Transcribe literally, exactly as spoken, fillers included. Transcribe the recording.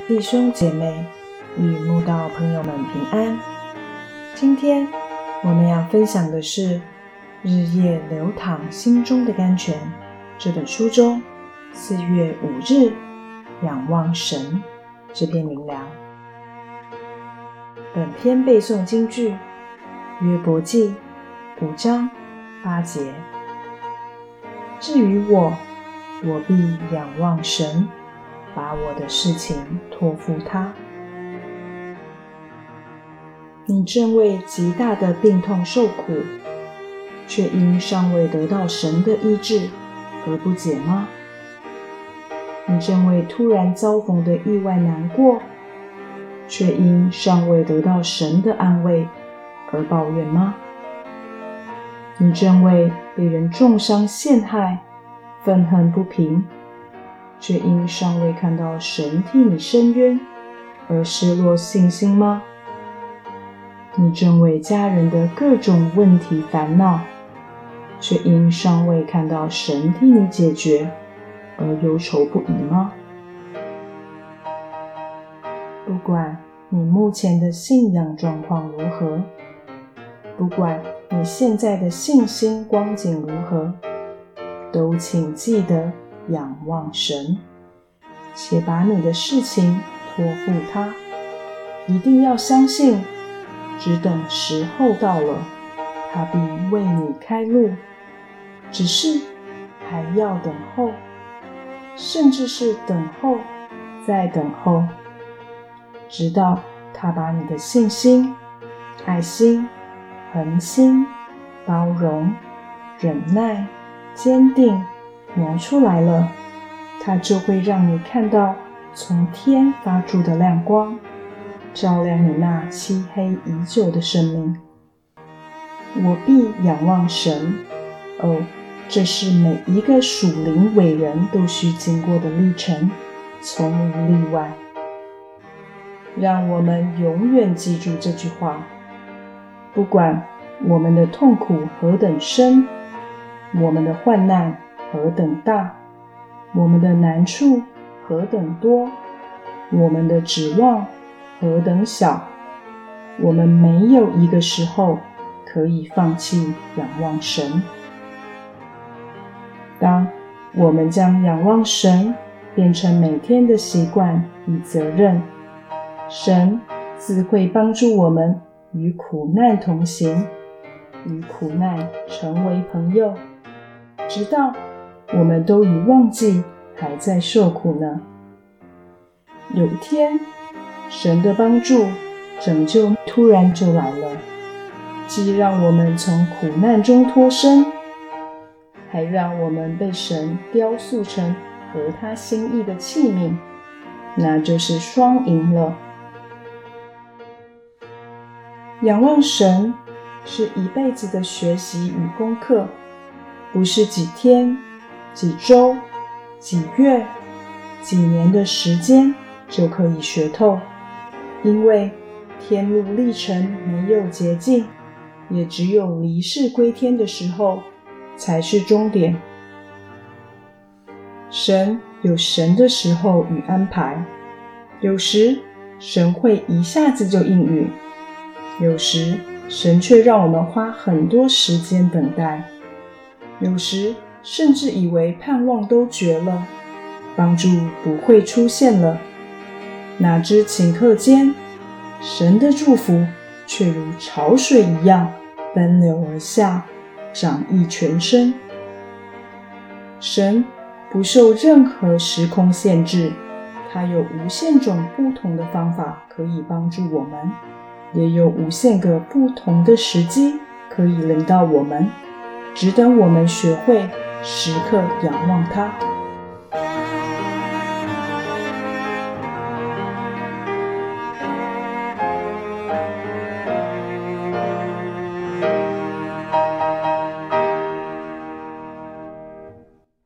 弟兄姐妹与慕道朋友们平安。今天我们要分享的是《日夜流淌心中的甘泉》这本书中四月五日仰望神这篇灵粮。本篇背诵金句约伯记五章八节。至于我，我必仰望神，把我的事情托付他。你正为极大的病痛受苦，却因尚未得到神的医治而不解吗？你正为突然遭逢的意外难过，却因尚未得到神的安慰而抱怨吗？你正为被人重伤陷害愤恨不平，却因尚未看到神替你伸冤而失落信心吗？你正为家人的各种问题烦恼，却因尚未看到神替你解决而忧愁不已吗？不管你目前的信仰状况如何，不管你现在的信心光景如何，都请记得仰望神，且把你的事情托付他。一定要相信，只等时候到了，他必为你开路。只是还要等候，甚至是等候再等候，直到他把你的信心、爱心、恒心、包容、忍耐、坚定磨出来了，他就会让你看到从天发出的亮光，照亮你那漆黑已久的生命。我必仰望神，哦，这是每一个属灵伟人都需经过的历程，从无例外。让我们永远记住这句话，不管我们的痛苦何等深，我们的患难何等大，我们的难处何等多，我们的指望何等小，我们没有一个时候可以放弃仰望神。当我们将仰望神变成每天的习惯与责任，神自会帮助我们与苦难同行，与苦难成为朋友，直到我们都已忘记还在受苦呢。有一天，神的帮助、拯救突然就来了，既让我们从苦难中脱身，还让我们被神雕塑成合他心意的器皿，那就是双赢了。仰望神是一辈子的学习与功课，不是几天、几周、几月、几年的时间就可以学透，因为天路历程没有捷径，也只有离世归天的时候才是终点。神有神的时候与安排，有时神会一下子就应允，有时神却让我们花很多时间等待，有时甚至以为盼望都绝了，帮助不会出现了，哪知顷刻间，神的祝福却如潮水一样奔流而下，涨溢全身。神不受任何时空限制，他有无限种不同的方法可以帮助我们，也有无限个不同的时机可以临到我们，只等我们学会时刻仰望他。